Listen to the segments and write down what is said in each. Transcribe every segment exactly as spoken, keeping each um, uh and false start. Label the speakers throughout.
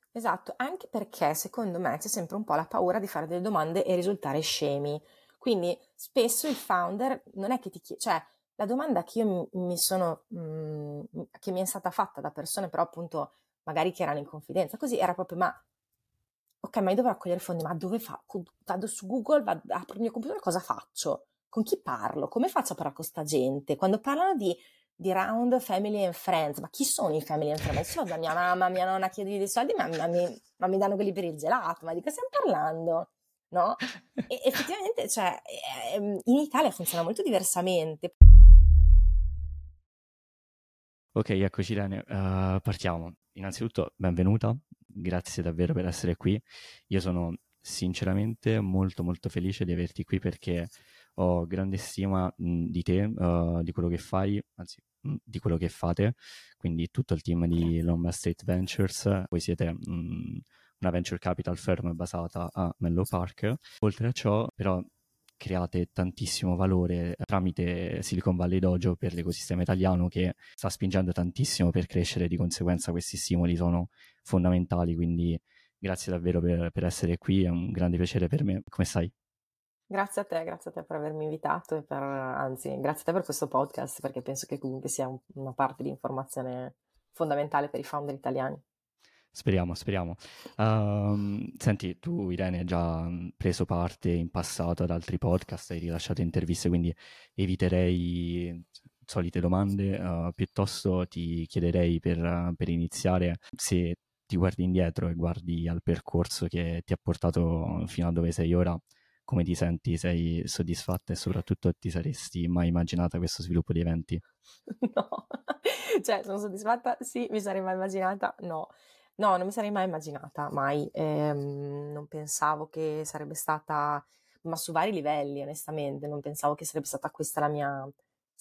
Speaker 1: Esatto, anche perché secondo me c'è sempre un po' la paura di fare delle domande e risultare scemi. Quindi spesso il founder non è che ti chiede, cioè la domanda che io mi, mi sono, mh, che mi è stata fatta da persone però appunto magari che erano in confidenza, così era proprio, ma ok, ma io devo raccogliere fondi, ma dove fa? Co- Vado su Google, vado, apro il mio computer, cosa faccio? Con chi parlo? Come faccio a parlare con sta gente? Quando parlano di, di round family and friends, ma chi sono i family and friends? Ma se vado da mia mamma, mia nonna, chiedi dei soldi, ma, ma mi, ma mi danno quelli per il gelato, ma di cosa stiamo parlando? No? E effettivamente, cioè, ehm, in Italia funziona molto diversamente.
Speaker 2: Ok, eccoci Irene, eh, partiamo. Innanzitutto, benvenuta, grazie davvero per essere qui. Io sono sinceramente molto molto felice di averti qui perché ho grande stima mh, di te, eh, di quello che fai, anzi mh, di quello che fate, quindi tutto il team di
Speaker 1: Grazie.
Speaker 2: Lombard State Ventures. Voi siete mh, una venture capital firm basata a Menlo Park. Oltre a ciò, però, create tantissimo valore tramite Silicon Valley Dojo per l'ecosistema italiano che sta spingendo tantissimo per crescere, di conseguenza questi stimoli sono fondamentali, quindi grazie davvero per, per essere qui, è un grande piacere per me. Come stai?
Speaker 1: Grazie a te, grazie a te per avermi invitato e per, anzi, grazie a te per questo podcast, perché penso che comunque sia un- una parte di informazione fondamentale per i founder italiani.
Speaker 2: Speriamo, speriamo. Ehm, senti, tu Irene hai già mh, preso parte in passato ad altri podcast, hai rilasciato interviste, quindi eviterei solite domande, eh, piuttosto ti chiederei per, eh, per iniziare se ti guardi indietro e guardi al percorso che ti ha portato fino a dove sei ora, come ti senti? Sei soddisfatta e soprattutto ti saresti mai immaginata questo sviluppo di eventi?
Speaker 1: No, cioè sono soddisfatta? Sì, mi sarei mai immaginata? No, no, non mi sarei mai immaginata, mai. Ehm, non pensavo che sarebbe stata, ma su vari livelli, onestamente, non pensavo che sarebbe stata questa la mia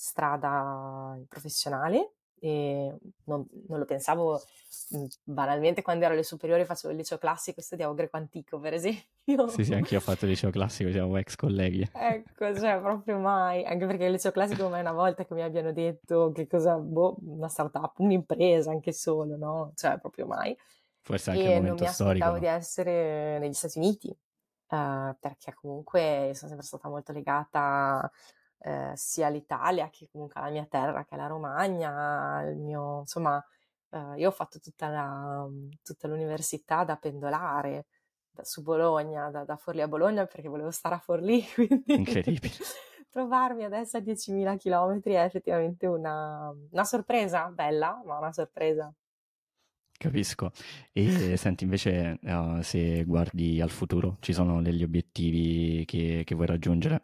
Speaker 1: strada professionale e non, non lo pensavo mh, banalmente quando ero alle superiori, facevo il liceo classico e studiavo greco antico, per
Speaker 2: Sì,
Speaker 1: esempio.
Speaker 2: sì, anche io ho fatto il liceo classico, siamo ex colleghi.
Speaker 1: Ecco, cioè proprio mai, anche perché il liceo classico mai una volta che mi abbiano detto che cosa, boh, una startup, un'impresa anche solo, no? Cioè proprio mai.
Speaker 2: Forse anche il
Speaker 1: E non
Speaker 2: momento
Speaker 1: mi
Speaker 2: storico,
Speaker 1: aspettavo di
Speaker 2: no?
Speaker 1: essere negli Stati Uniti, eh, perché comunque sono sempre stata molto legata eh, sia all'Italia che comunque alla mia terra, che alla Romagna, il mio, insomma, eh, io ho fatto tutta la- tutta l'università da pendolare da- su Bologna, da, da Forlì a Bologna perché volevo stare a Forlì, quindi
Speaker 2: Incredibile.
Speaker 1: trovarmi adesso a diecimila chilometri è effettivamente una, una sorpresa, bella, ma una sorpresa.
Speaker 2: Capisco. E senti, invece, eh, se guardi al futuro, ci sono degli obiettivi che, che vuoi raggiungere?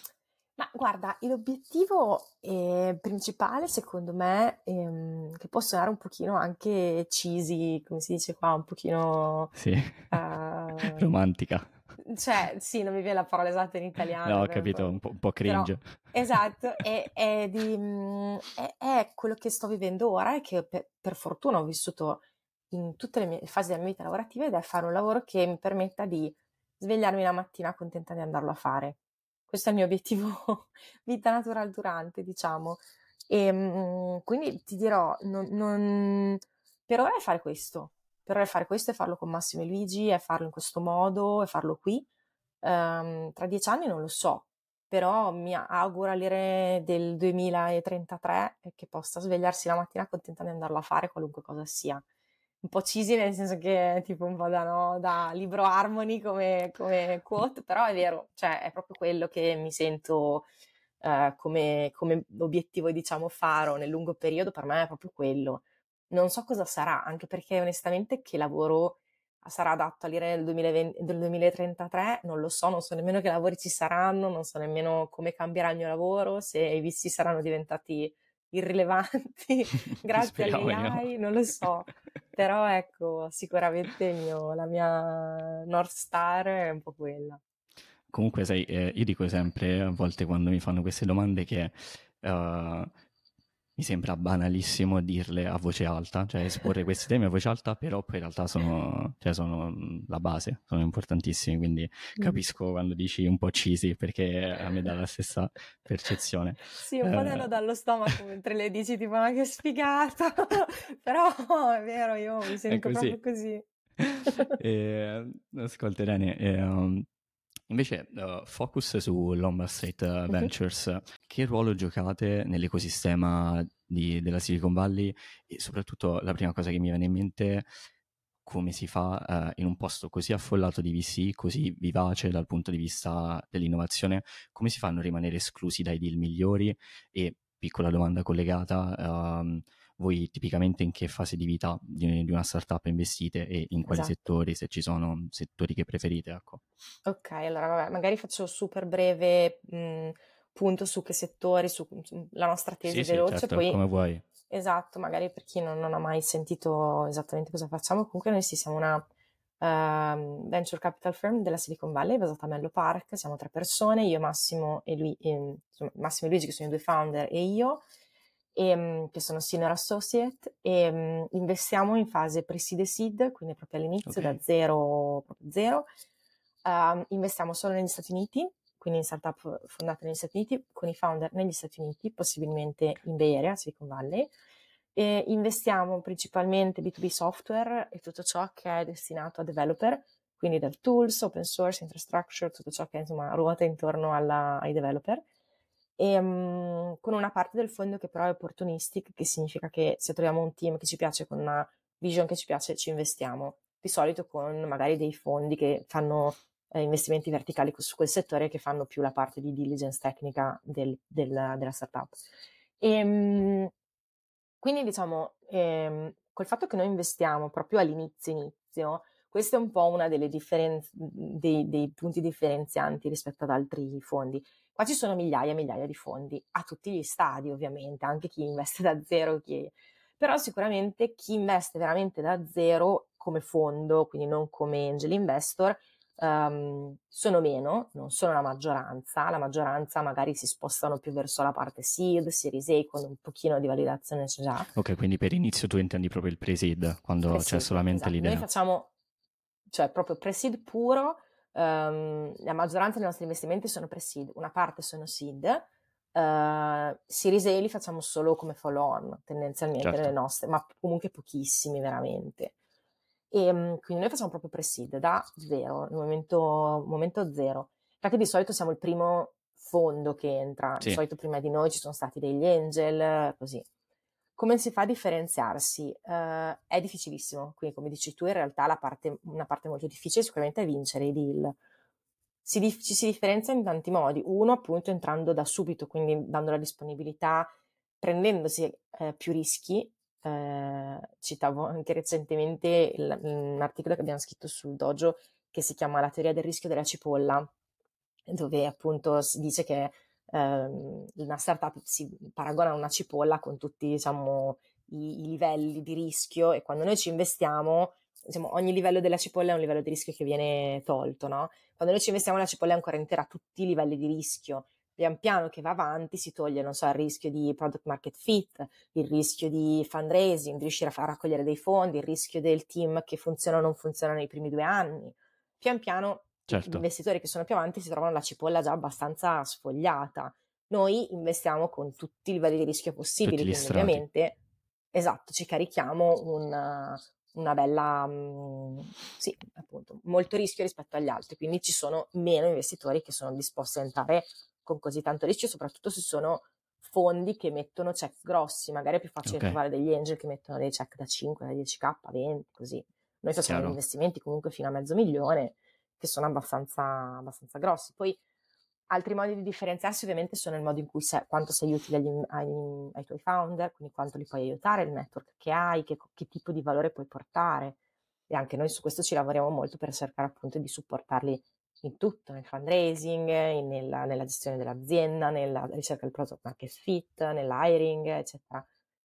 Speaker 1: Ma guarda, l'obiettivo eh, principale secondo me, ehm, che può suonare un pochino anche cheesy, come si dice qua, un pochino...
Speaker 2: Sì,
Speaker 1: eh,
Speaker 2: romantica.
Speaker 1: cioè, sì, non mi viene la parola esatta in
Speaker 2: No,
Speaker 1: italiano,
Speaker 2: ho
Speaker 1: per-
Speaker 2: capito,
Speaker 1: per-
Speaker 2: un po', un po'
Speaker 1: però
Speaker 2: cringe.
Speaker 1: esatto, è, è di, mm, è- è quello che sto vivendo ora e che per, per fortuna ho vissuto in tutte le mie fasi della mia vita lavorativa ed è fare un lavoro che mi permetta di svegliarmi la mattina contenta di andarlo a fare. Questo è il mio obiettivo vita natural durante, diciamo. E mm, quindi ti dirò, non, non- per ora è fare questo. Per ora è fare questo e farlo con Massimo e Luigi, è farlo in questo modo, e farlo qui. Ehm, tra dieci anni non lo so, però mi auguro all'ire del duemilatrentatré e che possa svegliarsi la mattina contenta di andarlo a fare, qualunque cosa sia. Un po' cheesy, nel senso che è tipo un po' da, no, da libro Harmony come, come quote, però è vero, cioè è proprio quello che mi sento eh, come, come obiettivo, diciamo, faro nel lungo periodo, per me è proprio quello. Non so cosa sarà, anche perché onestamente che lavoro sarà adatto all'ira del duemilaventi del duemilatrentatré, non lo so, non so nemmeno che lavori ci saranno, non so nemmeno come cambierà il mio lavoro, se i visti saranno diventati irrilevanti grazie
Speaker 2: Speriamo di no.
Speaker 1: alle A I, non lo so. Però ecco, sicuramente il mio- la mia North Star è un po' quella.
Speaker 2: Comunque, sai, eh, io dico sempre, a volte quando mi fanno queste domande, che eh, mi sembra banalissimo dirle a voce alta, cioè esporre questi temi a voce alta, però poi in realtà sono, cioè, sono mm, la base, sono importantissimi, quindi
Speaker 1: Mm.
Speaker 2: capisco quando dici un po' cheesy, perché a me dà la stessa percezione.
Speaker 1: Sì, un po'
Speaker 2: Eh,
Speaker 1: danno dallo stomaco mentre le dici, tipo, ma che sfigata! Però è vero, io mi
Speaker 2: è
Speaker 1: sento
Speaker 2: così.
Speaker 1: proprio così.
Speaker 2: E, ascolta Irene, e, um, invece uh, focus su Lombard Street uh,
Speaker 1: Mhm.
Speaker 2: Ventures, che ruolo giocate nell'ecosistema di- della Silicon Valley e soprattutto la prima cosa che mi viene in mente, come si fa uh, in un posto così affollato di V C, così vivace dal punto di vista dell'innovazione, come si fa a non rimanere esclusi dai deal migliori? E piccola domanda collegata, um, voi tipicamente in che fase di vita di, di una startup investite e in quali
Speaker 1: Esatto.
Speaker 2: settori, se ci sono settori che preferite, ecco.
Speaker 1: Ok, allora vabbè, magari faccio super breve mh, punto su che settori, su su- la nostra
Speaker 2: Sì,
Speaker 1: tesi
Speaker 2: sì,
Speaker 1: veloce,
Speaker 2: certo,
Speaker 1: poi
Speaker 2: come vuoi.
Speaker 1: esatto, magari per chi non, non ha mai sentito esattamente cosa facciamo, comunque noi sì, siamo una ehm, venture capital firm della Silicon Valley basata a Menlo Park, siamo tre persone, io, Massimo e lui, ehm, insomma, Massimo e Luigi che sono i due founder e io, ehm, che sono senior associate, e mh, investiamo in fase pre-seed e seed, quindi proprio all'inizio
Speaker 2: Ok,
Speaker 1: da zero, proprio zero. Ehm, investiamo solo negli Stati Uniti, quindi in startup fondate negli Stati Uniti, con i founder negli Stati Uniti, possibilmente in Bay Area, Silicon Valley. E investiamo principalmente B due B software e tutto ciò che è destinato a developer, quindi dal tools, open source, infrastructure, tutto ciò che insomma ruota intorno alla, ai developer. E, um, con una parte del fondo che però è opportunistic, che significa che se troviamo un team che ci piace, con una vision che ci piace, ci investiamo. Di solito con magari dei fondi che fanno eh, investimenti verticali su quel settore, che fanno più la parte di diligence tecnica del, del, della startup. E, um, quindi diciamo, ehm, col fatto che noi investiamo proprio all'inizio inizio, questo è un po' una delle differenze, dei, dei punti differenzianti rispetto ad altri fondi. Qua ci sono migliaia e migliaia di fondi, a tutti gli stadi ovviamente, anche chi investe da zero, chi... però sicuramente chi investe veramente da zero come fondo, quindi non come angel investor, um, sono meno, non sono la maggioranza, la maggioranza magari si spostano più verso la parte seed, series A, quando un pochino di validazione c'è già.
Speaker 2: ok, quindi per inizio tu intendi proprio il pre-seed, quando c'è
Speaker 1: Pre-seed,
Speaker 2: solamente
Speaker 1: esatto. Noi
Speaker 2: l'idea.
Speaker 1: facciamo, cioè proprio pre-seed puro, ehm, la maggioranza dei nostri investimenti sono pre-seed, una parte sono seed, eh, series A li facciamo solo come follow-on, tendenzialmente nelle
Speaker 2: Certo,
Speaker 1: nostre, ma comunque pochissimi veramente. E um, quindi noi facciamo proprio pre-seed da zero, il momento, momento zero. Perché di solito siamo il primo fondo che entra, di
Speaker 2: sì,
Speaker 1: solito prima di noi ci sono stati degli angel, così. Come si fa a differenziarsi? Uh, è difficilissimo, quindi come dici tu in realtà la parte, una parte molto difficile sicuramente è vincere i deal. Si dif- ci si differenzia in tanti modi, uno appunto entrando da subito, quindi dando la disponibilità, prendendosi eh, più rischi. Eh, citavo anche recentemente il- un articolo che abbiamo scritto sul Dojo che si chiama La teoria del rischio della cipolla, dove appunto si dice che ehm, una startup si paragona a una cipolla con tutti, diciamo, i, i livelli di rischio, e quando noi ci investiamo, diciamo, ogni livello della cipolla è un livello di rischio che viene tolto, no? Quando noi ci investiamo la cipolla è ancora intera, tutti i livelli di rischio. Pian piano che va avanti si toglie, non so, il rischio di product market fit, il rischio di fundraising, di riuscire a far raccogliere dei fondi, il rischio del team che funziona o non funziona nei primi due anni. Pian piano gli
Speaker 2: certo,
Speaker 1: investitori che sono più avanti si trovano la cipolla già abbastanza sfogliata. Noi investiamo con tutti i livelli di rischio
Speaker 2: tutti
Speaker 1: possibili,
Speaker 2: gli
Speaker 1: quindi
Speaker 2: strati.
Speaker 1: ovviamente, esatto, ci carichiamo una, una bella, mh, sì, appunto, molto rischio rispetto agli altri, quindi ci sono meno investitori che sono disposti a entrare con così tanto rischio, soprattutto se sono fondi che mettono check grossi, magari è più facile
Speaker 2: Ok,
Speaker 1: trovare degli angel che mettono dei check da cinque, da dieci k, venti, così. Noi facciamo degli
Speaker 2: chiaro.
Speaker 1: investimenti comunque fino a mezzo milione, che sono abbastanza, abbastanza grossi. Poi altri modi di differenziarsi ovviamente sono il modo in cui sei, quanto sei utile agli, ai, ai tuoi founder, quindi quanto li puoi aiutare, il network che hai, che, che tipo di valore puoi portare. E anche noi su questo ci lavoriamo molto per cercare appunto di supportarli in tutto, nel fundraising, in- nella, nella gestione dell'azienda, nella ricerca del product market fit, nell'hiring, eccetera.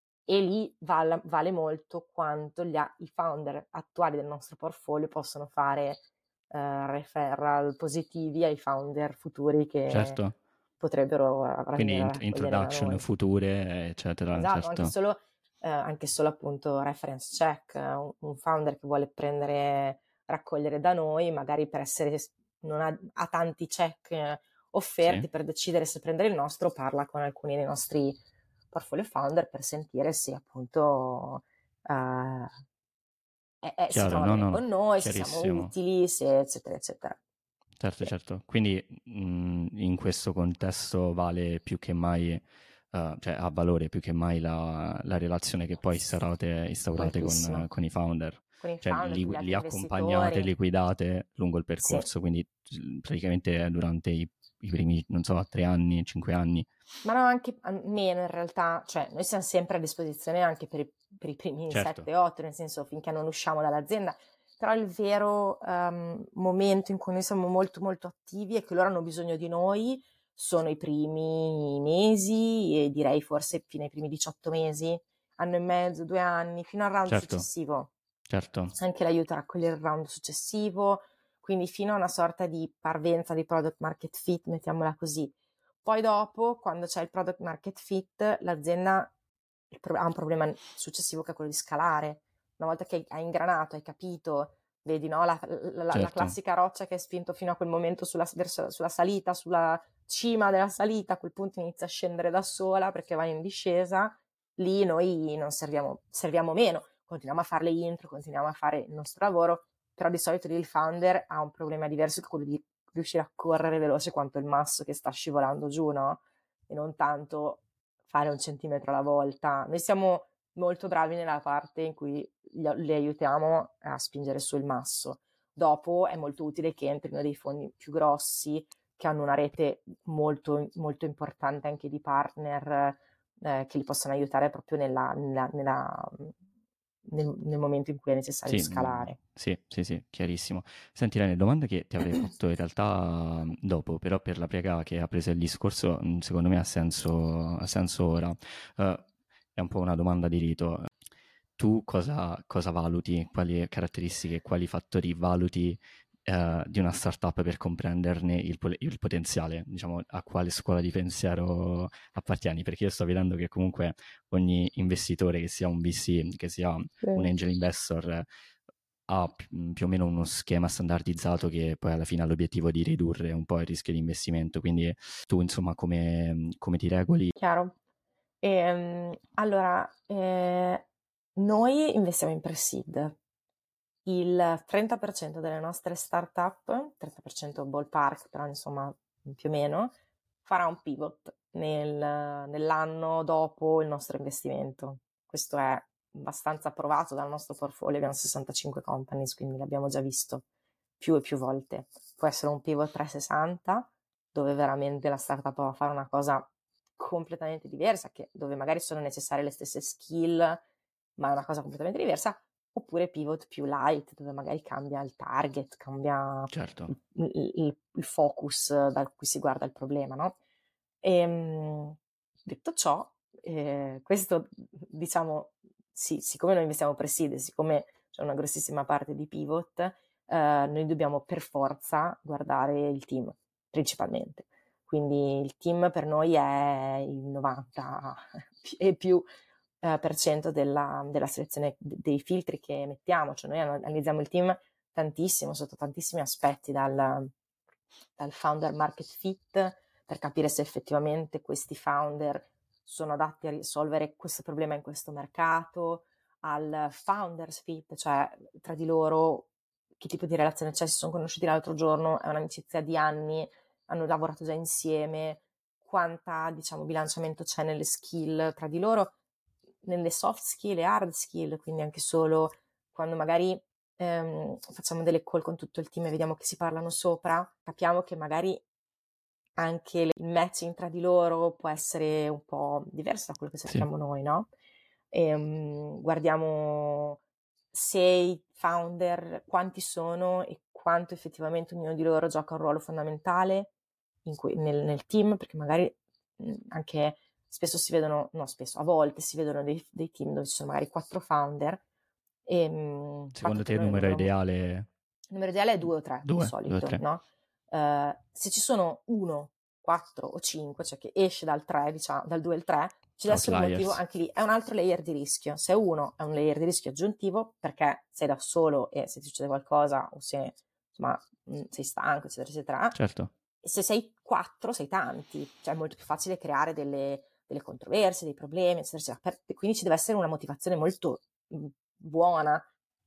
Speaker 1: E lì val- vale molto quanto gli a- i founder attuali del nostro portfolio possono fare eh, referral positivi ai founder futuri che
Speaker 2: Certo,
Speaker 1: potrebbero
Speaker 2: quindi
Speaker 1: venire a
Speaker 2: int-
Speaker 1: raccogliere da
Speaker 2: introduction
Speaker 1: noi.
Speaker 2: future, eccetera,
Speaker 1: Esatto, anche
Speaker 2: certo.
Speaker 1: solo, eh, anche solo appunto reference check, eh, un, un founder che vuole prendere, raccogliere da noi, magari per essere, non ha, ha tanti check eh,
Speaker 2: Sì,
Speaker 1: offerti per decidere se prendere il nostro, parla con alcuni dei nostri portfolio founder per sentire se appunto eh, eh, eh, si
Speaker 2: Chiaro,
Speaker 1: trovano
Speaker 2: no,
Speaker 1: bene
Speaker 2: no,
Speaker 1: con noi, se siamo
Speaker 2: chiarissimo.
Speaker 1: utili, se, eccetera, eccetera.
Speaker 2: Certo,
Speaker 1: Sì.
Speaker 2: certo. Quindi mh, in questo contesto vale più che mai, eh, cioè ha valore più che mai la, la relazione che poi instaurate, instaurate con,
Speaker 1: Moltissimo.
Speaker 2: con i founder.
Speaker 1: Con i
Speaker 2: Cioè
Speaker 1: founder,
Speaker 2: li,
Speaker 1: con gli
Speaker 2: li
Speaker 1: altri
Speaker 2: accompagnate,
Speaker 1: investitori.
Speaker 2: li guidate lungo il
Speaker 1: Sì.
Speaker 2: percorso, quindi mm, praticamente durante i, i primi, non so, tre anni, cinque anni.
Speaker 1: Ma no, anche a- meno in realtà, cioè noi siamo sempre a disposizione anche per i, per i primi
Speaker 2: Certo,
Speaker 1: sette otto, nel senso finché non usciamo dall'azienda, però il vero ehm, momento in cui noi siamo molto molto attivi e che loro hanno bisogno di noi sono i primi mesi e direi forse fino ai primi diciotto mesi, anno e mezzo, due anni, fino al round
Speaker 2: certo,
Speaker 1: successivo.
Speaker 2: certo,
Speaker 1: Anche l'aiuto a raccogliere il round successivo, quindi fino a una sorta di parvenza di product market fit, mettiamola così. Poi dopo, quando c'è il product market fit, l'azienda ha un problema successivo che è quello di scalare. Una volta che hai ingranato, hai capito, vedi no? la, la, la,
Speaker 2: certo.
Speaker 1: classica roccia che hai spinto fino a quel momento sulla, verso, sulla salita, sulla cima della salita, a quel punto inizia a scendere da sola perché vai in discesa, lì noi non serviamo, serviamo meno, continuiamo a fare le intro, continuiamo a fare il nostro lavoro, però di solito lì il founder ha un problema diverso che quello di riuscire a correre veloce quanto il masso che sta scivolando giù, no? E non tanto fare un centimetro alla volta. Noi siamo molto bravi nella parte in cui li aiutiamo a spingere su il masso. Dopo è molto utile che entrino dei fondi più grossi, che hanno una rete molto, molto importante anche di partner eh, che li possono aiutare proprio nella, nella, nella, nel, nel momento in cui è necessario
Speaker 2: Sì, mh,
Speaker 1: scalare.
Speaker 2: sì, sì, sì, chiarissimo. Senti, Rene, domanda che ti avrei fatto in realtà mh, dopo, però per la piega che ha preso il discorso, mh, secondo me ha senso, ha senso ora. Eh, è un po' una domanda di rito. Tu cosa, cosa valuti? Quali caratteristiche, quali fattori valuti eh, di una startup per comprenderne il, pol- il potenziale? Diciamo, a quale scuola di pensiero appartieni? Perché io sto vedendo che comunque ogni investitore, che sia un V C, che sia un
Speaker 1: Sì.
Speaker 2: angel investor, ha pi- più o meno uno schema standardizzato che poi alla fine ha l'obiettivo di ridurre un po' il rischio di investimento. Quindi tu, insomma, come, come ti regoli?
Speaker 1: Chiaro? Ehm, allora, eh, noi investiamo in pre-seed. Il trenta per cento delle nostre startup, trenta per cento ballpark, però insomma più o meno, farà un pivot nel, nell'anno dopo il nostro investimento. Questo è abbastanza provato dal nostro portfolio, abbiamo sessantacinque companies, quindi l'abbiamo già visto più e più volte. Può essere un pivot trecentosessanta, dove veramente la startup va a fare una cosa completamente diversa, che, dove magari sono necessarie le stesse skill, ma è una cosa completamente diversa, oppure pivot più light, dove magari cambia il target, cambia
Speaker 2: Certo,
Speaker 1: il, il, il focus da cui si guarda il problema, no? E, detto ciò, eh, questo diciamo, sì, siccome noi investiamo pre-seed, siccome c'è una grossissima parte di pivot, eh, noi dobbiamo per forza guardare il team, principalmente. Quindi il team per noi è il novanta e più eh, per cento della, della selezione dei filtri che mettiamo, cioè noi analizziamo il team tantissimo, sotto tantissimi aspetti, dal, dal founder market fit, per capire se effettivamente questi founder sono adatti a risolvere questo problema in questo mercato, al founders fit, cioè tra di loro che tipo di relazione c'è, si sono conosciuti l'altro giorno, è un'amicizia di anni, hanno lavorato già insieme, quanta diciamo bilanciamento c'è nelle skill tra di loro, nelle soft skill e hard skill, quindi anche solo quando magari ehm, facciamo delle call con tutto il team e vediamo che si parlano sopra, capiamo che magari anche il matching tra di loro può essere un po' diverso da quello che
Speaker 2: sì,
Speaker 1: cerchiamo noi, no? E, um, guardiamo se i founder, quanti sono e quanto effettivamente ognuno di loro gioca un ruolo fondamentale in cui, nel, nel team, perché magari mh, anche spesso si vedono, no spesso, a volte si vedono dei, dei team dove ci sono magari quattro founder e mh, il fatto
Speaker 2: secondo
Speaker 1: che
Speaker 2: te il
Speaker 1: noi è un
Speaker 2: numero
Speaker 1: numero,
Speaker 2: ideale?
Speaker 1: il numero ideale è due o tre di
Speaker 2: Due, due o
Speaker 1: solito,
Speaker 2: tre.
Speaker 1: no? Uh, se ci sono uno, quattro o cinque, cioè che esce dal tre, diciamo, dal due al tre, ci deve essere un motivo,
Speaker 2: Outliers.
Speaker 1: anche lì è un altro layer di rischio. Se uno è un layer di rischio aggiuntivo, perché sei da solo e se ti succede qualcosa o se insomma sei stanco, eccetera, eccetera.
Speaker 2: Certo.
Speaker 1: E se sei quattro, sei tanti, cioè è molto più facile creare delle, delle controversie, dei problemi, eccetera, eccetera. Per, quindi ci deve essere una motivazione molto mh, buona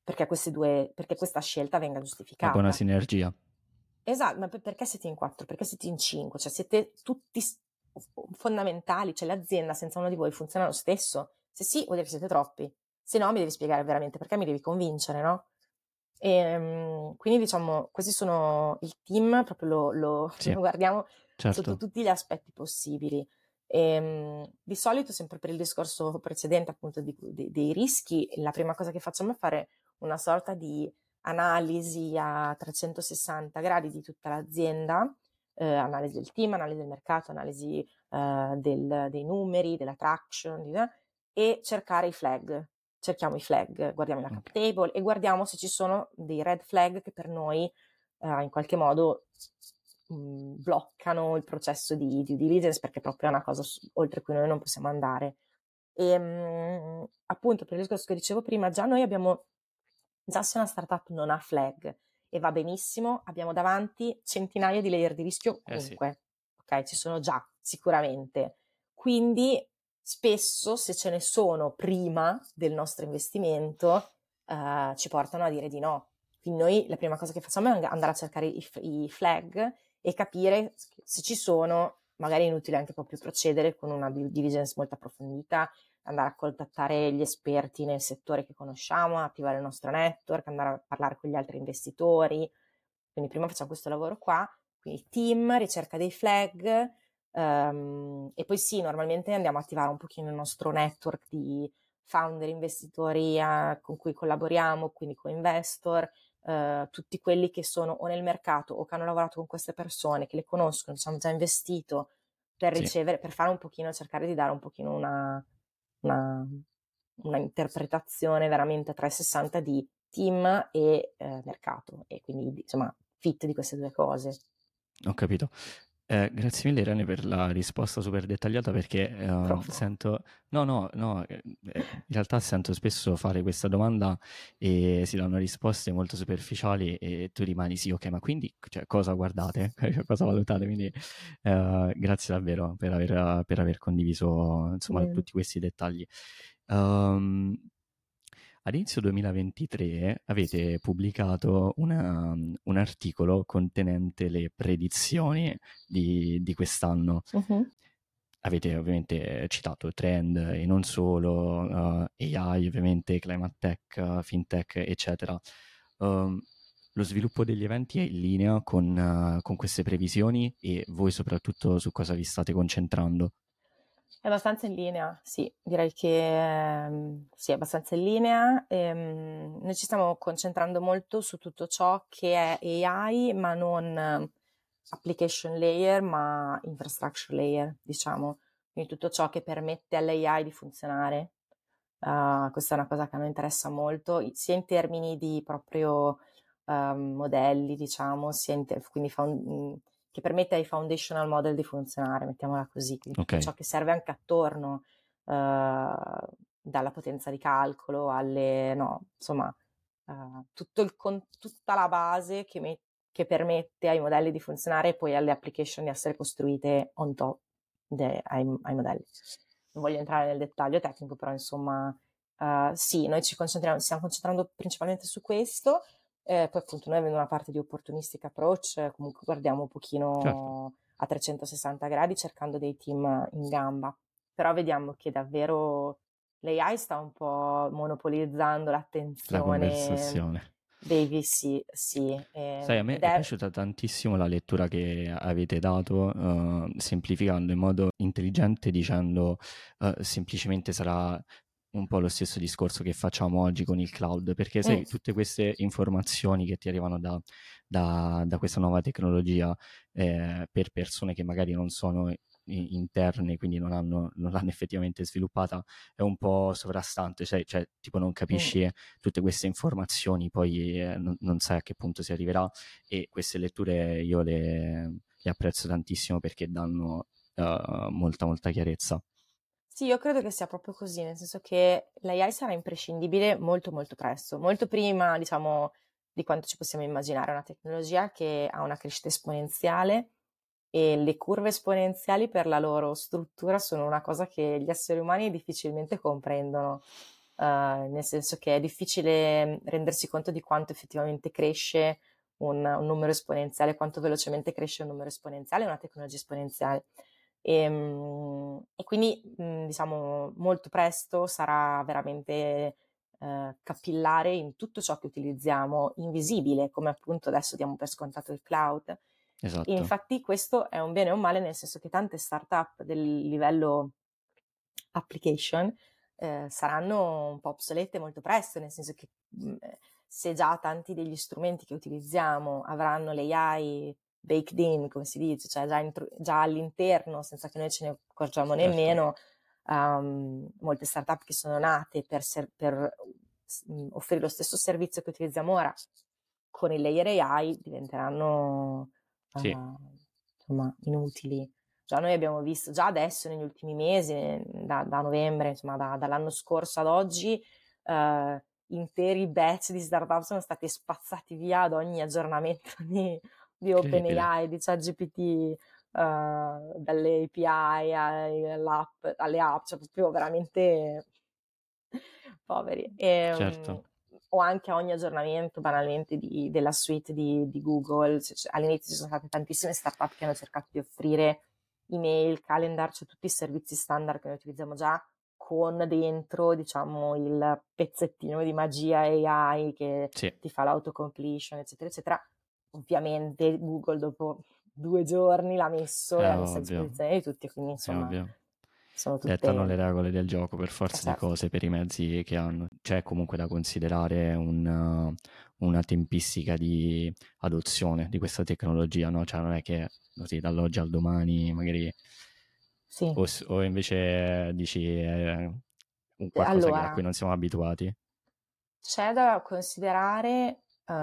Speaker 1: perché queste due, perché questa scelta venga
Speaker 2: Una
Speaker 1: giustificata.
Speaker 2: buona sinergia.
Speaker 1: Esatto, ma perché siete in quattro? Perché siete in cinque? Cioè siete tutti fondamentali, cioè l'azienda senza uno di voi funziona lo stesso. Se sì, vuol dire che siete troppi, se no mi devi spiegare veramente perché mi devi convincere, no? E, um, quindi diciamo, questi sono il team, proprio lo, lo,
Speaker 2: Sì,
Speaker 1: lo guardiamo
Speaker 2: certo.
Speaker 1: sotto tutti gli aspetti possibili. E, um, di solito, sempre per il discorso precedente appunto di, di, dei rischi, la prima cosa che facciamo è fare una sorta di analisi a trecentosessanta gradi di tutta l'azienda, eh, analisi del team, analisi del mercato, analisi eh, del, dei numeri, della traction, di, e cercare i flag. Cerchiamo i flag, guardiamo la cap
Speaker 2: Okay.
Speaker 1: table e guardiamo se ci sono dei red flag che per noi eh, in qualche modo mh, bloccano il processo di due diligence, perché proprio è una cosa su- oltre cui noi non possiamo andare. E mh, appunto per il discorso che dicevo prima, già noi abbiamo, già se una startup non ha flag e va benissimo, abbiamo davanti centinaia di layer di rischio
Speaker 2: Eh sì.
Speaker 1: comunque, ok? Ci sono già sicuramente. Quindi spesso se ce ne sono prima del nostro investimento eh, ci portano a dire di no. Quindi noi la prima cosa che facciamo è andare a cercare i, i flag e capire se ci sono, magari è inutile anche proprio procedere con una due diligence molto approfondita, andare a contattare gli esperti nel settore che conosciamo, attivare il nostro network, andare a parlare con gli altri investitori. Quindi prima facciamo questo lavoro qua, quindi team, ricerca dei flag, um, e poi sì, normalmente andiamo a attivare un pochino il nostro network di founder, investitori uh, con cui collaboriamo, quindi co-investor, uh, tutti quelli che sono o nel mercato o che hanno lavorato con queste persone, che le conoscono, ci hanno già investito, per
Speaker 2: Sì.
Speaker 1: ricevere, per fare un pochino, cercare di dare un pochino una, una, una interpretazione veramente a trecentosessanta di team e eh, mercato, e quindi insomma fit di queste due cose.
Speaker 2: Ho capito. Eh, grazie mille Irene per la risposta super dettagliata perché eh,
Speaker 1: Provo.
Speaker 2: sento, no, no, no, eh, eh, in realtà sento spesso fare questa domanda e si danno risposte molto superficiali e tu rimani sì, ok, ma quindi cioè, cosa guardate, cosa valutate? Quindi eh, grazie davvero per aver, per aver condiviso insomma
Speaker 1: Mm.
Speaker 2: tutti questi dettagli. Um, Ad inizio duemilaventitré avete pubblicato una- un articolo contenente le predizioni di, di quest'anno.
Speaker 1: Mhm.
Speaker 2: Avete ovviamente citato trend e non solo, eh, A I, ovviamente, climate tech, eh, fintech, eccetera. Um, lo sviluppo degli eventi è in linea con, eh, con queste previsioni e voi soprattutto su cosa vi state concentrando?
Speaker 1: È abbastanza in linea, sì, direi che ehm, sì, è abbastanza in linea. Ehm, noi ci stiamo concentrando molto su tutto ciò che è A I, ma non eh, application layer, ma infrastructure layer, diciamo. Quindi tutto ciò che permette all'A I di funzionare. Uh, questa è una cosa che a noi interessa molto, sia in termini di proprio um, modelli, diciamo, sia in ter- quindi found- che permette ai foundational model di funzionare, mettiamola così, quindi tutto
Speaker 2: Ok,
Speaker 1: ciò che serve anche attorno, uh, dalla potenza di calcolo alle, no, insomma, uh, tutto il con- tutta la base che, me- che permette ai modelli di funzionare e poi alle application di essere costruite on top de- ai, ai modelli. Non voglio entrare nel dettaglio tecnico, però insomma, uh, sì, noi ci concentriamo, ci stiamo concentrando principalmente su questo. Eh, poi appunto noi avendo una parte di opportunistic approach, eh, comunque guardiamo un
Speaker 2: certo,
Speaker 1: pochino a trecentosessanta gradi cercando dei team in gamba, però vediamo che davvero l'A I sta un po' monopolizzando
Speaker 2: la
Speaker 1: l'attenzione
Speaker 2: conversazione.
Speaker 1: dei V C, sì,
Speaker 2: Sai, a
Speaker 1: ehm,
Speaker 2: me
Speaker 1: ed
Speaker 2: è
Speaker 1: è...
Speaker 2: piaciuta tantissimo la lettura che avete dato, eh, semplificando in modo intelligente, dicendo eh, semplicemente sarà un po' lo stesso discorso che facciamo oggi con il cloud, perché
Speaker 1: Mm,
Speaker 2: sai, tutte queste informazioni che ti arrivano da, da- da questa nuova tecnologia eh, per persone che magari non sono i- interne, quindi non hanno, non l'hanno effettivamente sviluppata, è un po' sovrastante, cioè, cioè tipo non
Speaker 1: mm.
Speaker 2: capisci tutte queste informazioni, poi eh, non, non sai a che punto si arriverà e queste letture io le, le apprezzo tantissimo perché danno uh, molta molta chiarezza.
Speaker 1: Sì, io credo che sia proprio così, nel senso che l'A I sarà imprescindibile molto molto presto, molto prima, diciamo, di quanto ci possiamo immaginare. È una tecnologia che ha una crescita esponenziale e le curve esponenziali per la loro struttura sono una cosa che gli esseri umani difficilmente comprendono. uh, nel senso che è difficile rendersi conto di quanto effettivamente cresce un, un numero esponenziale, quanto velocemente cresce un numero esponenziale, una tecnologia esponenziale. E, e quindi, mh, diciamo, molto presto sarà veramente eh, capillare in tutto ciò che utilizziamo, invisibile, come appunto adesso diamo per scontato il cloud. E
Speaker 2: Esatto.
Speaker 1: infatti questo è un bene o un male, nel senso che tante startup del livello application eh, saranno un po' obsolete molto presto, nel senso che mh, se già tanti degli strumenti che utilizziamo avranno l'A I baked in, come si dice, cioè già, intro- già all'interno, senza che noi ce ne accorgiamo
Speaker 2: Certo.
Speaker 1: nemmeno, um, molte startup che sono nate per, ser- per mh, offrire lo stesso servizio che utilizziamo ora con il layer A I diventeranno
Speaker 2: Sì.
Speaker 1: uh, insomma, inutili. Già noi abbiamo visto, già adesso negli ultimi mesi, da, da novembre, insomma da, dall'anno scorso ad oggi, uh, interi batch di startup sono stati spazzati via ad ogni aggiornamento di, di OpenAI, di ChatGPT, uh, dalle A P I all'app, alle app, cioè proprio veramente poveri. E,
Speaker 2: Certo.
Speaker 1: um, o anche a ogni aggiornamento banalmente di, della suite di, di Google. Cioè, cioè, all'inizio ci sono state tantissime startup che hanno cercato di offrire email, calendar, cioè tutti i servizi standard che noi utilizziamo già, con dentro, diciamo, il pezzettino di magia A I che
Speaker 2: Sì.
Speaker 1: ti fa l'autocompletion, eccetera, eccetera. Ovviamente Google dopo due giorni l'ha messo
Speaker 2: È
Speaker 1: e l'ha messo a
Speaker 2: ovvio.
Speaker 1: disposizione di tutti, quindi
Speaker 2: È
Speaker 1: insomma
Speaker 2: ovvio.
Speaker 1: sono tutte...
Speaker 2: Dettano le regole del gioco per
Speaker 1: Eh,
Speaker 2: forza di
Speaker 1: certo.
Speaker 2: cose, per i mezzi che hanno. C'è comunque da considerare un, una tempistica di adozione di questa tecnologia, no? Cioè non è che così dall'oggi al domani magari...
Speaker 1: Sì.
Speaker 2: O, s- o invece dici è un qualcosa che- a
Speaker 1: Allora,
Speaker 2: cui non siamo abituati.
Speaker 1: c'è da considerare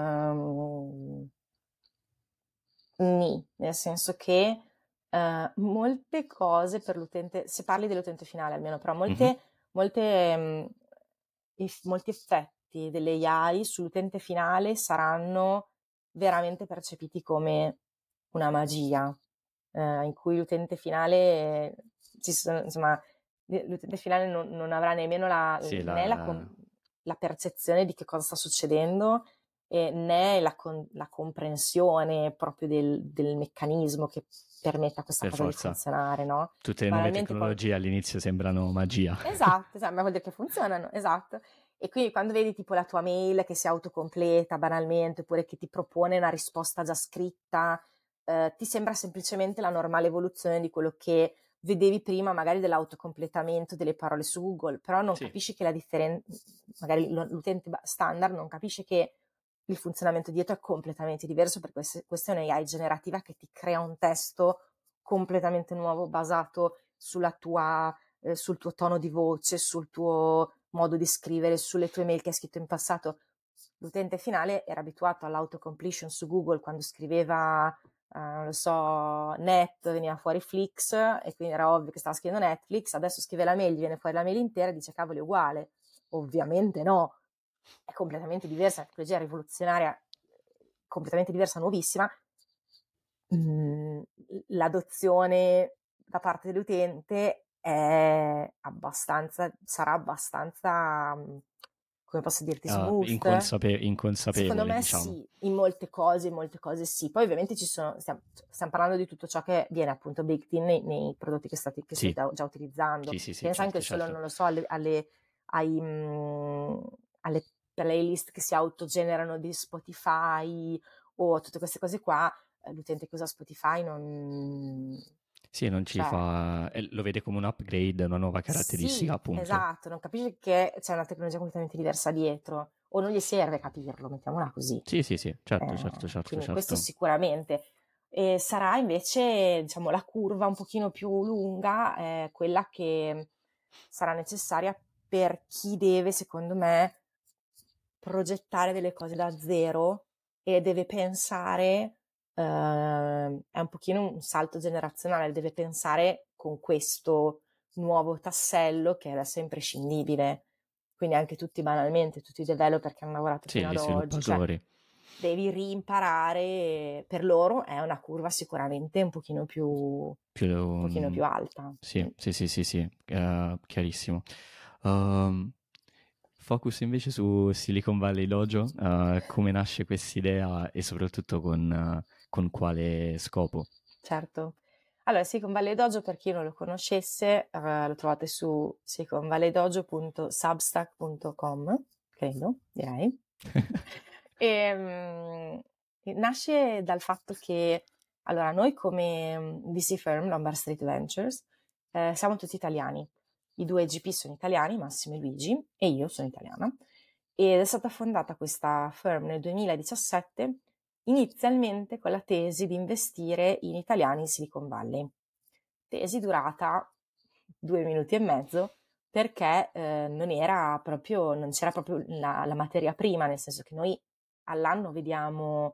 Speaker 1: um, nì, nel senso che uh, molte cose per l'utente, se parli dell'utente finale almeno, però molte,
Speaker 2: Mhm.
Speaker 1: molte, um, eff- molti effetti delle A I sull'utente finale saranno veramente percepiti come una magia, eh, in cui l'utente finale, ci sono, insomma, l'utente finale non, non avrà nemmeno la,
Speaker 2: Sì,
Speaker 1: né la,
Speaker 2: la...
Speaker 1: com- la percezione di che cosa sta succedendo e né la, con- la comprensione proprio del, del meccanismo che permetta a questa
Speaker 2: per
Speaker 1: cosa di
Speaker 2: forza.
Speaker 1: funzionare, no?
Speaker 2: Tutte le nuove
Speaker 1: Banalmente quando...
Speaker 2: tecnologie all'inizio sembrano magia.
Speaker 1: Esatto, esatto, ma vuol dire che funzionano, esatto. E quindi quando vedi tipo la tua mail che si autocompleta banalmente, oppure che ti propone una risposta già scritta, eh, ti sembra semplicemente la normale evoluzione di quello che vedevi prima, magari dell'autocompletamento delle parole su Google, però non
Speaker 2: Sì.
Speaker 1: capisci che la differenza, magari l'utente standard non capisce che il funzionamento dietro è completamente diverso, perché questa è un'A I generativa che ti crea un testo completamente nuovo basato sulla tua eh, sul tuo tono di voce, sul tuo modo di scrivere, sulle tue mail che hai scritto in passato. L'utente finale era abituato all'autocompletion su Google quando scriveva, eh, non lo so, net, veniva fuori Flix e quindi era ovvio che stava scrivendo Netflix, adesso scrive la mail, viene fuori la mail intera e dice cavolo è uguale. Ovviamente no, è completamente diversa, è una tecnologia rivoluzionaria, completamente diversa, nuovissima. Mm, l'adozione da parte dell'utente è abbastanza, sarà abbastanza, mm, come posso dirti,
Speaker 2: Uh,
Speaker 1: smooth.
Speaker 2: inconsape-
Speaker 1: Secondo
Speaker 2: inconsapevole,
Speaker 1: me
Speaker 2: diciamo.
Speaker 1: sì, in molte cose, in molte cose sì. Poi ovviamente ci sono, stiamo, stiamo parlando di tutto ciò che viene appunto baked in nei, nei prodotti che state, che
Speaker 2: Sì,
Speaker 1: state già, già utilizzando.
Speaker 2: sì, sì, sì,
Speaker 1: Pensa anche
Speaker 2: certo,
Speaker 1: solo,
Speaker 2: certo.
Speaker 1: non lo so, alle, alle, ai, mm, alle playlist che si autogenerano di Spotify o tutte queste cose qua. L'utente che usa Spotify non...
Speaker 2: Sì, non ci
Speaker 1: cioè,
Speaker 2: fa... eh, lo vede come un upgrade, una nuova caratteristica,
Speaker 1: sì,
Speaker 2: appunto.
Speaker 1: esatto, non capisce che c'è una tecnologia completamente diversa dietro, o non gli serve capirlo, mettiamola così.
Speaker 2: Sì, sì, sì, certo, certo,
Speaker 1: Eh,
Speaker 2: certo,
Speaker 1: quindi questo
Speaker 2: certo.
Speaker 1: sicuramente. E sarà invece, diciamo, la curva un pochino più lunga, eh, quella che sarà necessaria per chi deve, secondo me, progettare delle cose da zero e deve pensare, eh, è un pochino un salto generazionale, deve pensare con questo nuovo tassello che adesso è imprescindibile. Quindi anche tutti banalmente, tutti i developer che hanno lavorato
Speaker 2: Sì,
Speaker 1: fino
Speaker 2: gli
Speaker 1: ad oggi, cioè
Speaker 2: sviluppatori.
Speaker 1: devi riimparare, per loro è una curva sicuramente un pochino più, un
Speaker 2: Più...
Speaker 1: pochino
Speaker 2: mm,
Speaker 1: più alta.
Speaker 2: sì,
Speaker 1: Mm.
Speaker 2: sì, sì, sì, sì, eh, chiarissimo. Um, focus invece su Silicon Valley Dojo, uh, come nasce quest'idea e soprattutto con, uh, con quale scopo?
Speaker 1: Certo. Allora, Silicon Valley Dojo, per chi non lo conoscesse, uh, lo trovate su silicon valley dojo punto substack punto com, credo, direi. e, um, nasce dal fatto che, allora, noi come V C Firm, Lombard Street Ventures, eh, siamo tutti italiani. I due G P sono italiani, Massimo e Luigi, e io sono italiana. Ed è stata fondata questa firm nel duemiladiciassette, inizialmente con la tesi di investire in italiani in Silicon Valley. Tesi durata due minuti e mezzo, perché eh, non era proprio, non c'era proprio la, la materia prima, nel senso che noi all'anno vediamo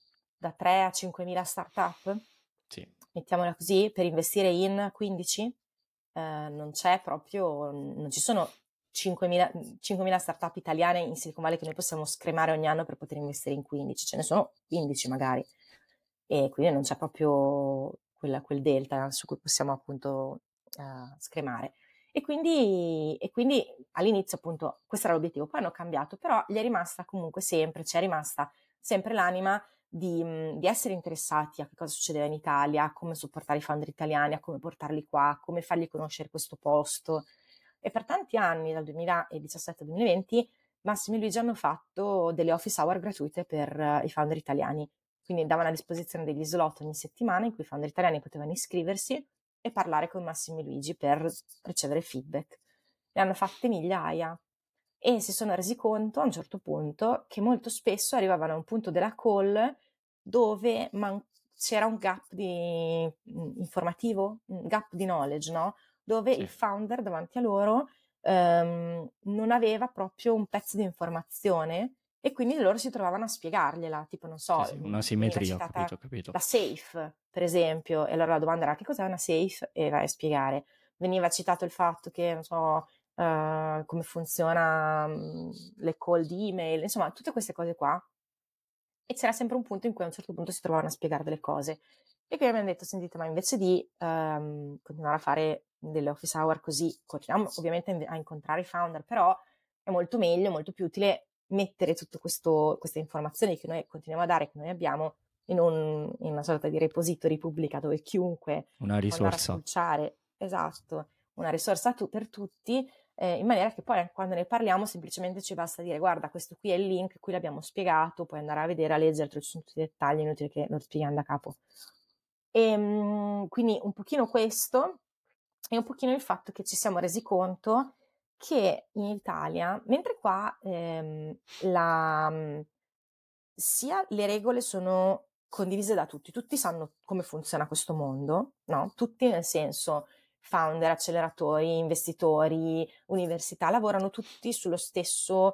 Speaker 1: da tre a cinquemila startup,
Speaker 2: sì.
Speaker 1: mettiamola così, per investire in quindici, eh, non c'è proprio, non ci sono cinquemila, cinquemila startup italiane in Silicon Valley che noi possiamo scremare ogni anno per poter investire in quindici, ce ne sono quindici magari, e quindi non c'è proprio quella, quel delta su cui possiamo appunto uh, scremare. E quindi, e quindi all'inizio appunto questo era l'obiettivo, poi hanno cambiato, però gli è rimasta comunque sempre, c'è rimasta sempre l'anima di, di essere interessati a che cosa succedeva in Italia, a come supportare i founder italiani, a come portarli qua, a come fargli conoscere questo posto. E per tanti anni, dal duemiladiciassette al duemilaventi, Massimo e Luigi hanno fatto delle office hour gratuite per uh, i founder italiani. Quindi davano a disposizione degli slot ogni settimana in cui i founder italiani potevano iscriversi e parlare con Massimo e Luigi per ricevere feedback. Ne hanno fatte migliaia e si sono resi conto a un certo punto che molto spesso arrivavano a un punto della call dove man- c'era un gap di mh, informativo, un gap di knowledge, no? Dove
Speaker 2: Sì.
Speaker 1: il founder davanti a loro um, non aveva proprio un pezzo di informazione e quindi loro si trovavano a spiegargliela, tipo non so,
Speaker 2: Sì, sì, una
Speaker 1: veniva
Speaker 2: simmetria, ho
Speaker 1: citata
Speaker 2: capito, ho capito.
Speaker 1: la safe, per esempio, e allora la domanda era che cos'è una safe e vai a spiegare. Veniva citato il fatto che, non so, Uh, come funziona um, le call di email, insomma tutte queste cose qua, e c'era sempre un punto in cui a un certo punto si trovavano a spiegare delle cose e quindi abbiamo detto sentite, ma invece di um, continuare a fare delle office hour così, continuiamo ovviamente a incontrare i founder, però è molto meglio, molto più utile mettere tutte queste informazioni che noi continuiamo a dare, che noi abbiamo in, un, in una sorta di repository pubblica dove chiunque
Speaker 2: una
Speaker 1: può andare a
Speaker 2: risorsa,
Speaker 1: spulciare, esatto, una risorsa tu, per tutti, eh, in maniera che poi quando ne parliamo semplicemente ci basta dire guarda questo qui è il link, qui l'abbiamo spiegato, puoi andare a vedere, a leggere, ci sono tutti i dettagli, inutile che lo spieghiamo da capo. E mh, quindi un pochino questo e un pochino il fatto che ci siamo resi conto che in Italia, mentre qua ehm, la, mh, sia le regole sono condivise da tutti, tutti sanno come funziona questo mondo, no? Tutti nel senso founder, acceleratori, investitori, università, lavorano tutti sullo stesso,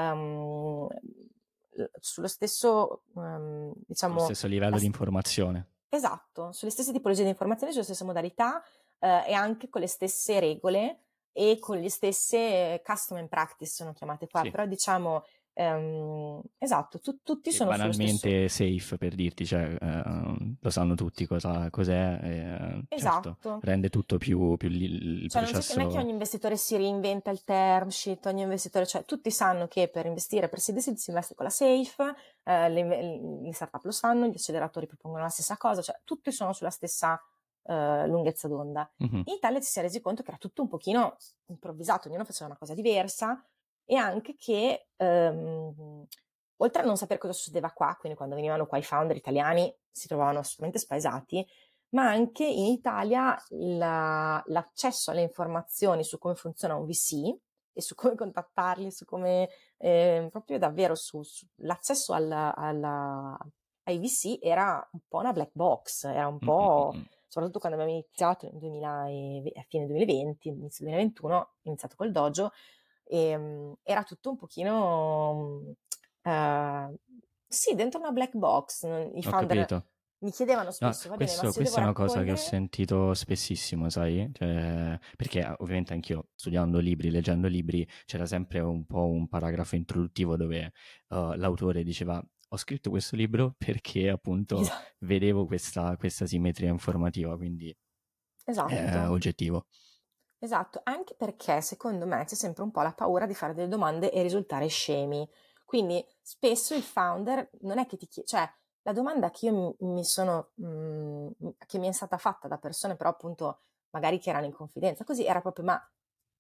Speaker 1: um, sullo stesso, um, diciamo,
Speaker 2: sullo stesso livello di informazione.
Speaker 1: Esatto, sulle stesse tipologie di informazioni, sulle stesse modalità eh, e anche con le stesse regole e con le stesse custom and practice sono chiamate qua,
Speaker 2: Sì.
Speaker 1: però diciamo ehm, esatto, tu, tutti
Speaker 2: Sì,
Speaker 1: sono
Speaker 2: banalmente
Speaker 1: sullo stesso.
Speaker 2: safe per dirti, cioè eh, lo sanno tutti cosa, cos'è, e, certo,
Speaker 1: Esatto.
Speaker 2: rende tutto più, più li- il
Speaker 1: Cioè non, c'è, non è che
Speaker 2: processo.
Speaker 1: ogni investitore si reinventa il term sheet, ogni investitore, cioè tutti sanno che per investire, per seed si investe con la safe, eh, le, le startup lo sanno, gli acceleratori propongono la stessa cosa, cioè tutti sono sulla stessa eh, lunghezza d'onda.
Speaker 2: Mm-hmm.
Speaker 1: In Italia ci si è resi conto che era tutto un pochino improvvisato, ognuno faceva una cosa diversa e anche che ehm, oltre a non sapere cosa succedeva qua, quindi quando venivano qua i founder italiani si trovavano assolutamente spaesati, ma anche in Italia la, l'accesso alle informazioni su come funziona un V C e su come contattarli, su come eh, proprio davvero su, su l'accesso alla, alla, ai V C era un po' una black box, era un po',
Speaker 2: Mm-mm-mm.
Speaker 1: soprattutto quando abbiamo iniziato nel duemila e, a fine duemilaventi, inizio duemilaventuno, ho iniziato col dojo, e um, era tutto un pochino uh, sì, dentro una black box. I
Speaker 2: Ho
Speaker 1: founder
Speaker 2: capito.
Speaker 1: mi chiedevano
Speaker 2: No,
Speaker 1: spesso, va bene, ma
Speaker 2: questo,
Speaker 1: se io devo
Speaker 2: questa è una cosa che ho
Speaker 1: raccogliere...
Speaker 2: sentito spessissimo, sai? Cioè, perché eh, ovviamente anch'io studiando libri, leggendo libri, c'era sempre un po' un paragrafo introduttivo dove uh, l'autore diceva ho scritto questo libro perché appunto
Speaker 1: Esatto.
Speaker 2: vedevo questa, questa simmetria informativa, quindi è
Speaker 1: Esatto.
Speaker 2: oggettivo.
Speaker 1: Esatto, anche perché secondo me c'è sempre un po' la paura di fare delle domande e risultare scemi. Quindi spesso il founder non è che ti chiede, cioè la domanda che io mi mi sono, mh, che mi è stata fatta da persone però appunto magari che erano in confidenza, così era proprio ma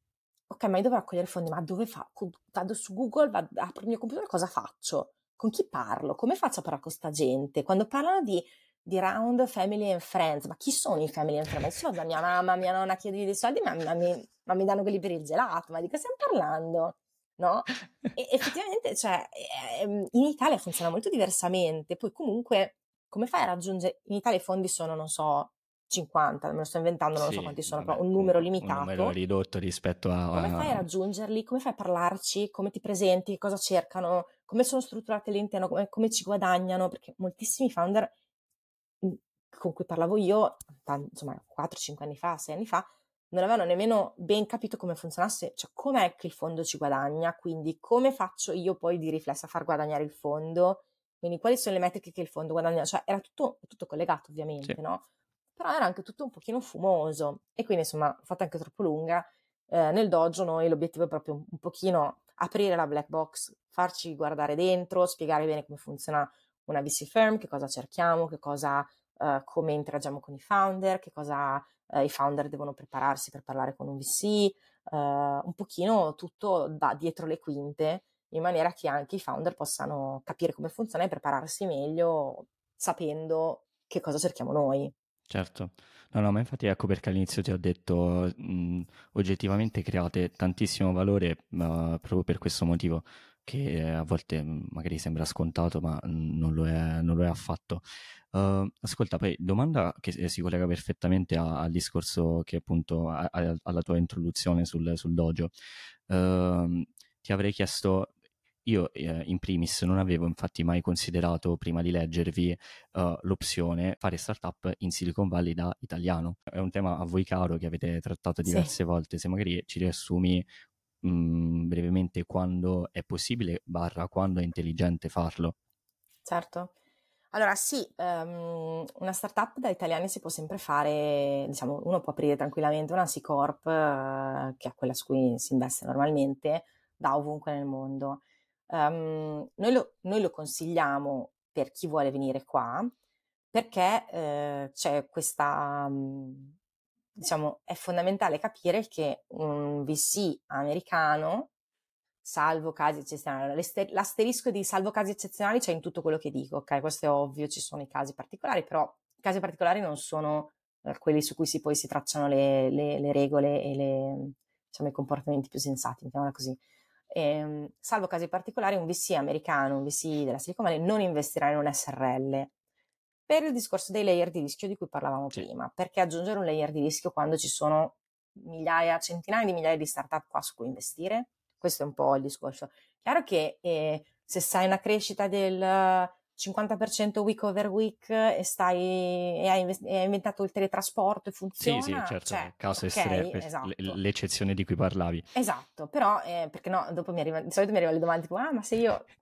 Speaker 1: ok, ma io dovrò raccogliere fondi, ma dove fa? Co- Vado su Google, vado, apro il mio computer, cosa faccio? Con chi parlo? Come faccio a parlare con sta gente? Quando parlano di, di round family and friends, ma chi sono i family and friends? Ma io so da mia mamma, mia nonna chiedi dei soldi, ma, ma mi, ma mi danno quelli per il gelato, ma di cosa stiamo parlando? No? E effettivamente, cioè, ehm, in Italia funziona molto diversamente. Poi comunque, come fai a raggiungere... In Italia i fondi sono, non so, cinquanta, me lo sto inventando, non lo so
Speaker 2: Sì,
Speaker 1: quanti sono, però
Speaker 2: vabbè,
Speaker 1: un numero
Speaker 2: comunque un numero
Speaker 1: limitato.
Speaker 2: ridotto rispetto
Speaker 1: Come
Speaker 2: a...
Speaker 1: fai a
Speaker 2: a-
Speaker 1: raggiungerli? Come fai a parlarci? Come ti presenti? Cosa cercano? Come sono strutturate all'interno? Come, come ci guadagnano? Perché moltissimi founder mh, con cui parlavo io, tan- insomma, quattro cinque anni fa, sei anni fa, non avevano nemmeno ben capito come funzionasse, cioè com'è che il fondo ci guadagna, quindi come faccio io poi di riflesso a far guadagnare il fondo, quindi quali sono le metriche che il fondo guadagna, cioè era tutto, tutto collegato
Speaker 2: Sì,
Speaker 1: ovviamente, no? Però era anche tutto un pochino fumoso e quindi insomma, ho fatto anche troppo lunga. Eh, nel dojo noi l'obiettivo è proprio un, un pochino aprire la black box, farci guardare dentro, spiegare bene come funziona una V C firm, che cosa cerchiamo, che cosa, eh, come interagiamo con i founder, che cosa eh, i founder devono prepararsi per parlare con un V C, eh, un pochino tutto da dietro le quinte, in maniera che anche i founder possano capire come funziona e prepararsi meglio sapendo che cosa cerchiamo noi.
Speaker 2: certo. No, no, ma infatti ecco perché all'inizio ti ho detto, mh, oggettivamente create tantissimo valore, ma proprio per questo motivo, che a volte mh, magari sembra scontato, ma mh, non lo è, non lo è affatto. Uh, ascolta, poi domanda che si si collega perfettamente a- al discorso che appunto a- a- alla tua introduzione sul, sul dojo. Ehm, Ti avrei chiesto, io eh, in primis non avevo infatti mai considerato prima di leggervi eh, l'opzione fare startup in Silicon Valley da italiano. È un tema a voi caro che avete trattato
Speaker 1: Sì,
Speaker 2: diverse volte, se magari ci riassumi mh, brevemente quando è possibile, barra quando è intelligente farlo.
Speaker 1: certo. Allora sì, ehm, una startup da italiani si può sempre fare, diciamo, uno può aprire tranquillamente una C Corp, eh, che è quella su cui si investe normalmente, da ovunque nel mondo. Ehm, noi lo, noi lo consigliamo per chi vuole venire qua, perché eh, c'è questa, mh, diciamo, è fondamentale capire che un V C americano, salvo casi eccezionali, l'este- l'asterisco di salvo casi eccezionali c'è in tutto quello che dico, ok? Questo è ovvio, ci sono i casi particolari, però i casi particolari non sono eh, quelli su cui si, poi si tracciano le, le- le regole e le, diciamo, i comportamenti più sensati, mettiamola così. Ehm, salvo casi particolari, un V C americano, un V C della Silicon Valley non investirà in un S R L per il discorso dei layer di rischio di cui parlavamo
Speaker 2: Sì.
Speaker 1: prima. Perché aggiungere un layer di rischio quando ci sono migliaia, centinaia di migliaia di startup qua su cui investire? Questo è un po' il discorso. Chiaro che eh, se sai una crescita del cinquanta per cento week over week e stai e hai, invest- e hai inventato il teletrasporto e
Speaker 2: Sì, sì,
Speaker 1: funziona,
Speaker 2: certo,
Speaker 1: cioè,
Speaker 2: caso
Speaker 1: ok,
Speaker 2: estremo,
Speaker 1: esatto.
Speaker 2: l'eccezione di cui parlavi.
Speaker 1: Esatto, però, eh, perché no, dopo mi arriva, di solito mi arrivano le domande tipo, ah, ma se io,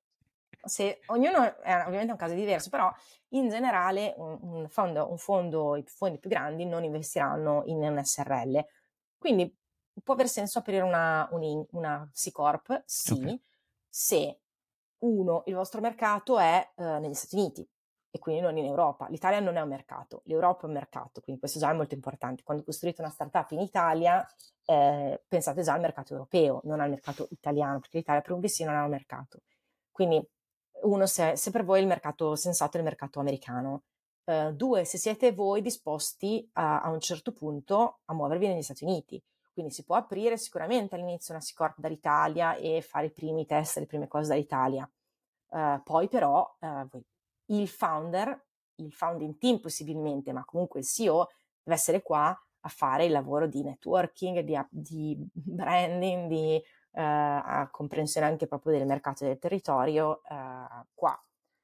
Speaker 1: se ognuno è ovviamente un caso diverso, però in generale un, un fondo, un fondo, i fondi più grandi non investiranno in un S R L. Quindi può aver senso aprire una, un- una C Corp,
Speaker 2: Ok,
Speaker 1: sì, se uno, il vostro mercato è eh, negli Stati Uniti e quindi non in Europa. L'Italia non è un mercato, l'Europa è un mercato, quindi questo già è molto importante. Quando costruite una startup in Italia, eh, pensate già al mercato europeo, non al mercato italiano, perché l'Italia per un V C non ha un mercato. Quindi, uno, se, se per voi il mercato sensato è il mercato americano. Eh, due, se siete voi disposti a, a un certo punto a muovervi negli Stati Uniti. Quindi si può aprire sicuramente all'inizio una C Corp dall'Italia e fare i primi test, le prime cose dall'Italia. Uh, poi però uh, il founder, il founding team possibilmente, ma comunque il C E O deve essere qua a fare il lavoro di networking, di, di branding, di uh, a comprensione anche proprio del mercato del territorio uh, qua.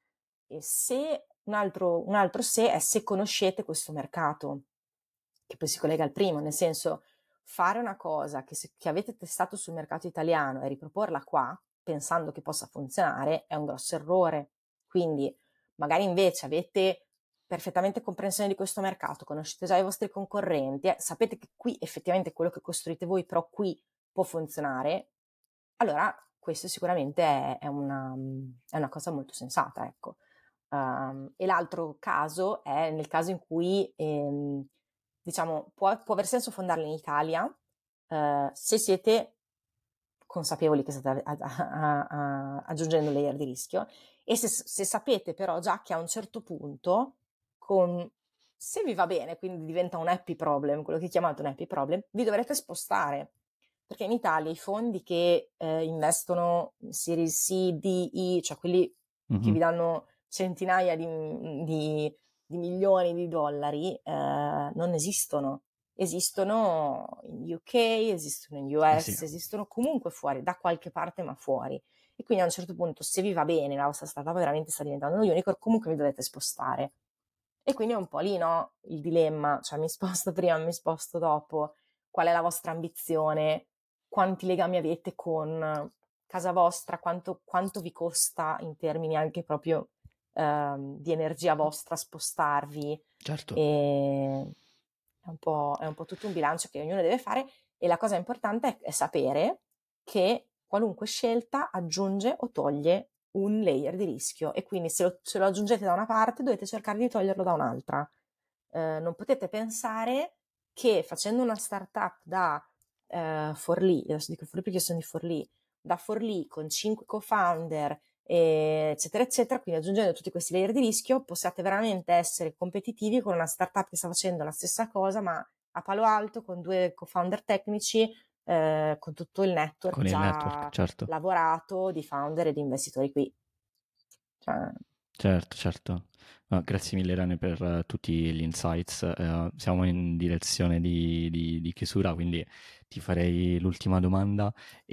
Speaker 1: E se un altro, un altro se è se conoscete questo mercato, che poi si collega al primo, nel senso fare una cosa che, se, che avete testato sul mercato italiano e riproporla qua, pensando che possa funzionare, è un grosso errore. Quindi magari invece avete perfettamente comprensione di questo mercato, conoscete già i vostri concorrenti, eh, sapete che qui effettivamente quello che costruite voi, però qui può funzionare, allora questo sicuramente è, è, una, è una cosa molto sensata, ecco. Um, e l'altro caso è nel caso in cui, ehm, diciamo, può, può aver senso fondarla in Italia, uh, se siete consapevoli che state a, a, a, aggiungendo layer di rischio, e se, se sapete però già che a un certo punto, con, se vi va bene, quindi diventa un happy problem, quello che chiamate un happy problem, vi dovrete spostare, perché in Italia i fondi che eh, investono in Series C, D, E, cioè quelli mm-hmm. che vi danno centinaia di, di, di milioni di dollari, eh, non esistono. Esistono in U K, esistono in U S, eh sì. esistono comunque fuori, da qualche parte ma fuori. E quindi a un certo punto, se vi va bene, la vostra startup veramente sta diventando un unicorn, comunque vi dovete spostare. E quindi è un po' lì, no? Il dilemma, cioè mi sposto prima, mi sposto dopo, qual è la vostra ambizione, quanti legami avete con casa vostra, quanto, quanto vi costa in termini anche proprio ehm, di energia vostra spostarvi.
Speaker 2: Certo.
Speaker 1: E... È un, po', è un po' tutto un bilancio che ognuno deve fare, e la cosa importante è, è sapere che qualunque scelta aggiunge o toglie un layer di rischio, e quindi se lo, se lo aggiungete da una parte dovete cercare di toglierlo da un'altra. Eh, non potete pensare che facendo una startup da eh, Forlì, adesso dico Forlì perché sono di Forlì, da Forlì con cinque co-founder, eccetera eccetera, quindi aggiungendo tutti questi layer di rischio possiate veramente essere competitivi con una startup che sta facendo la stessa cosa ma a Palo Alto, con due co-founder tecnici, eh, con tutto il network
Speaker 2: con
Speaker 1: già
Speaker 2: il network, certo.
Speaker 1: lavorato di founder e di investitori qui. Cioè...
Speaker 2: Certo, certo. No, grazie mille Irene per uh, tutti gli insights. Uh, siamo in direzione di, di, di chiusura, quindi ti farei l'ultima domanda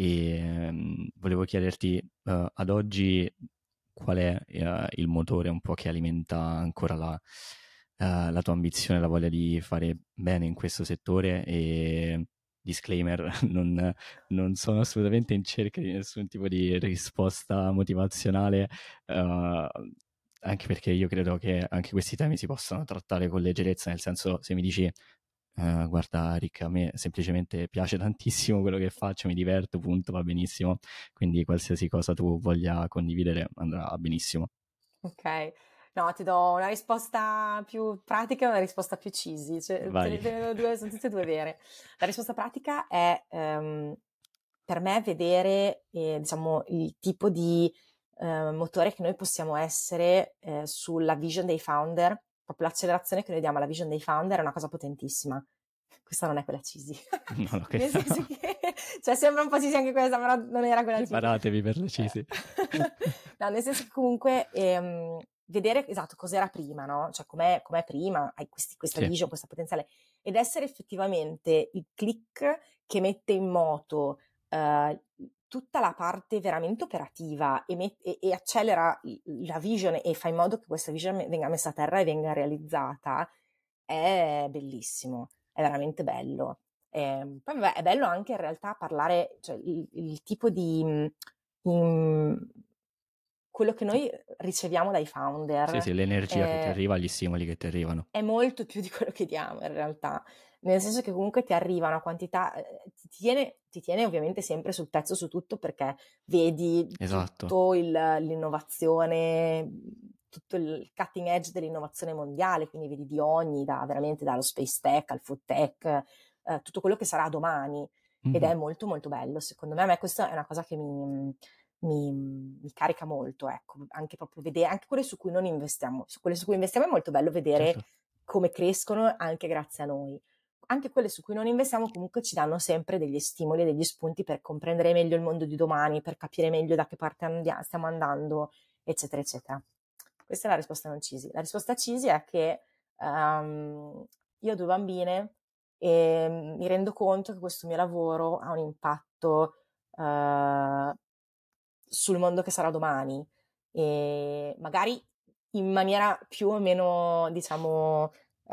Speaker 2: e um, volevo chiederti uh, ad oggi qual è uh, il motore un po' che alimenta ancora la, uh, la tua ambizione, la voglia di fare bene in questo settore. E disclaimer, non, non sono assolutamente in cerca di nessun tipo di risposta motivazionale, uh, anche perché io credo che anche questi temi si possano trattare con leggerezza, nel senso, se mi dici uh, guarda Rick, a me semplicemente piace tantissimo quello che faccio, mi diverto, punto, va benissimo, quindi qualsiasi cosa tu voglia condividere andrà benissimo.
Speaker 1: Ok, no, ti do una risposta più pratica e una risposta più cheesy, cioè, te, te ne do due, sono tutte e due vere. La risposta pratica è um, per me vedere eh, diciamo, il tipo di eh, motore che noi possiamo essere eh, sulla vision dei founder, proprio l'accelerazione che noi diamo alla vision dei founder è una cosa potentissima. Questa non è quella cheesy.
Speaker 2: No, no,
Speaker 1: Nel senso no. che, cioè sembra un po' cheesy anche questa, però non era quella cheesy.
Speaker 2: Preparatevi per le cheesy.
Speaker 1: No, nel senso che comunque ehm, vedere esatto cos'era prima, no? Cioè com'è, com'è prima, hai questi, questa sì. vision, questa potenziale, ed essere effettivamente il click che mette in moto eh, tutta la parte veramente operativa e, met- e-, e accelera la vision e fa in modo che questa vision venga messa a terra e venga realizzata, è bellissimo, è veramente bello. E poi vabbè, è bello anche in realtà parlare, cioè il, il tipo di... In quello che noi riceviamo dai founder.
Speaker 2: Sì, sì, l'energia
Speaker 1: eh,
Speaker 2: che ti arriva, gli stimoli che ti arrivano.
Speaker 1: È molto più di quello che diamo in realtà, nel senso che comunque ti arriva una quantità, ti tiene, ti tiene ovviamente sempre sul pezzo su tutto perché vedi
Speaker 2: esatto.
Speaker 1: tutto il, l'innovazione, tutto il cutting edge dell'innovazione mondiale, quindi vedi di ogni, da, veramente dallo space tech al food tech, eh, tutto quello che sarà domani, mm-hmm. ed è molto molto bello, secondo me. A me questa è una cosa che mi... Mi, mi carica molto, ecco, anche proprio vedere, anche quelle su cui non investiamo, su quelle su cui investiamo è molto bello vedere certo. come crescono anche grazie a noi. Anche quelle su cui non investiamo comunque ci danno sempre degli stimoli e degli spunti per comprendere meglio il mondo di domani, per capire meglio da che parte andiamo, stiamo andando, eccetera, eccetera. Questa è la risposta non cheesy. La risposta cheesy è che um, io ho due bambine e mi rendo conto che questo mio lavoro ha un impatto uh, sul mondo che sarà domani, e magari in maniera più o meno, diciamo,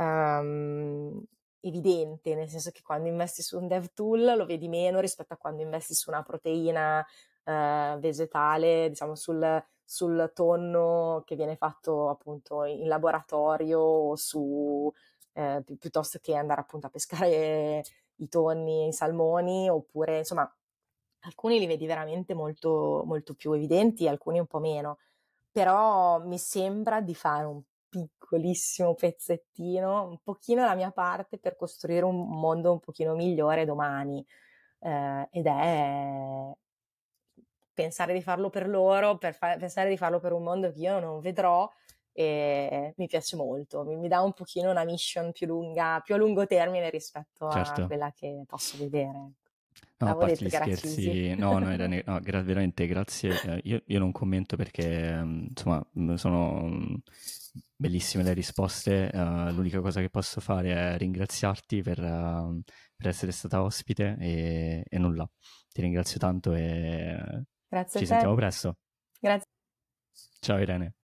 Speaker 1: um, evidente, nel senso che quando investi su un dev tool lo vedi meno rispetto a quando investi su una proteina uh, vegetale, diciamo sul, sul tonno che viene fatto appunto in laboratorio o su eh, pi- piuttosto che andare appunto a pescare i tonni e i salmoni, oppure insomma alcuni li vedi veramente molto, molto più evidenti, alcuni un po' meno, però mi sembra di fare un piccolissimo pezzettino, un pochino la mia parte per costruire un mondo un pochino migliore domani. Eh, ed è pensare di farlo per loro, per fa- pensare di farlo per un mondo che io non vedrò, e mi piace molto, mi, mi dà un pochino una mission più lunga, più a lungo termine rispetto a
Speaker 2: Certo.
Speaker 1: quella che posso vedere.
Speaker 2: No, a
Speaker 1: L'avevo
Speaker 2: parte
Speaker 1: detto
Speaker 2: gli
Speaker 1: che era cheesy.
Speaker 2: scherzi, no, no, Irene, no, gra- veramente grazie. Eh, io, io non commento perché, mm, insomma, mm, sono mm, bellissime le risposte. Eh, l'unica cosa che posso fare è ringraziarti per, eh, per essere stata ospite e, e nulla. Ti ringrazio tanto e
Speaker 1: Grazie a
Speaker 2: ci
Speaker 1: te.
Speaker 2: sentiamo presto.
Speaker 1: Grazie.
Speaker 2: Ciao Irene.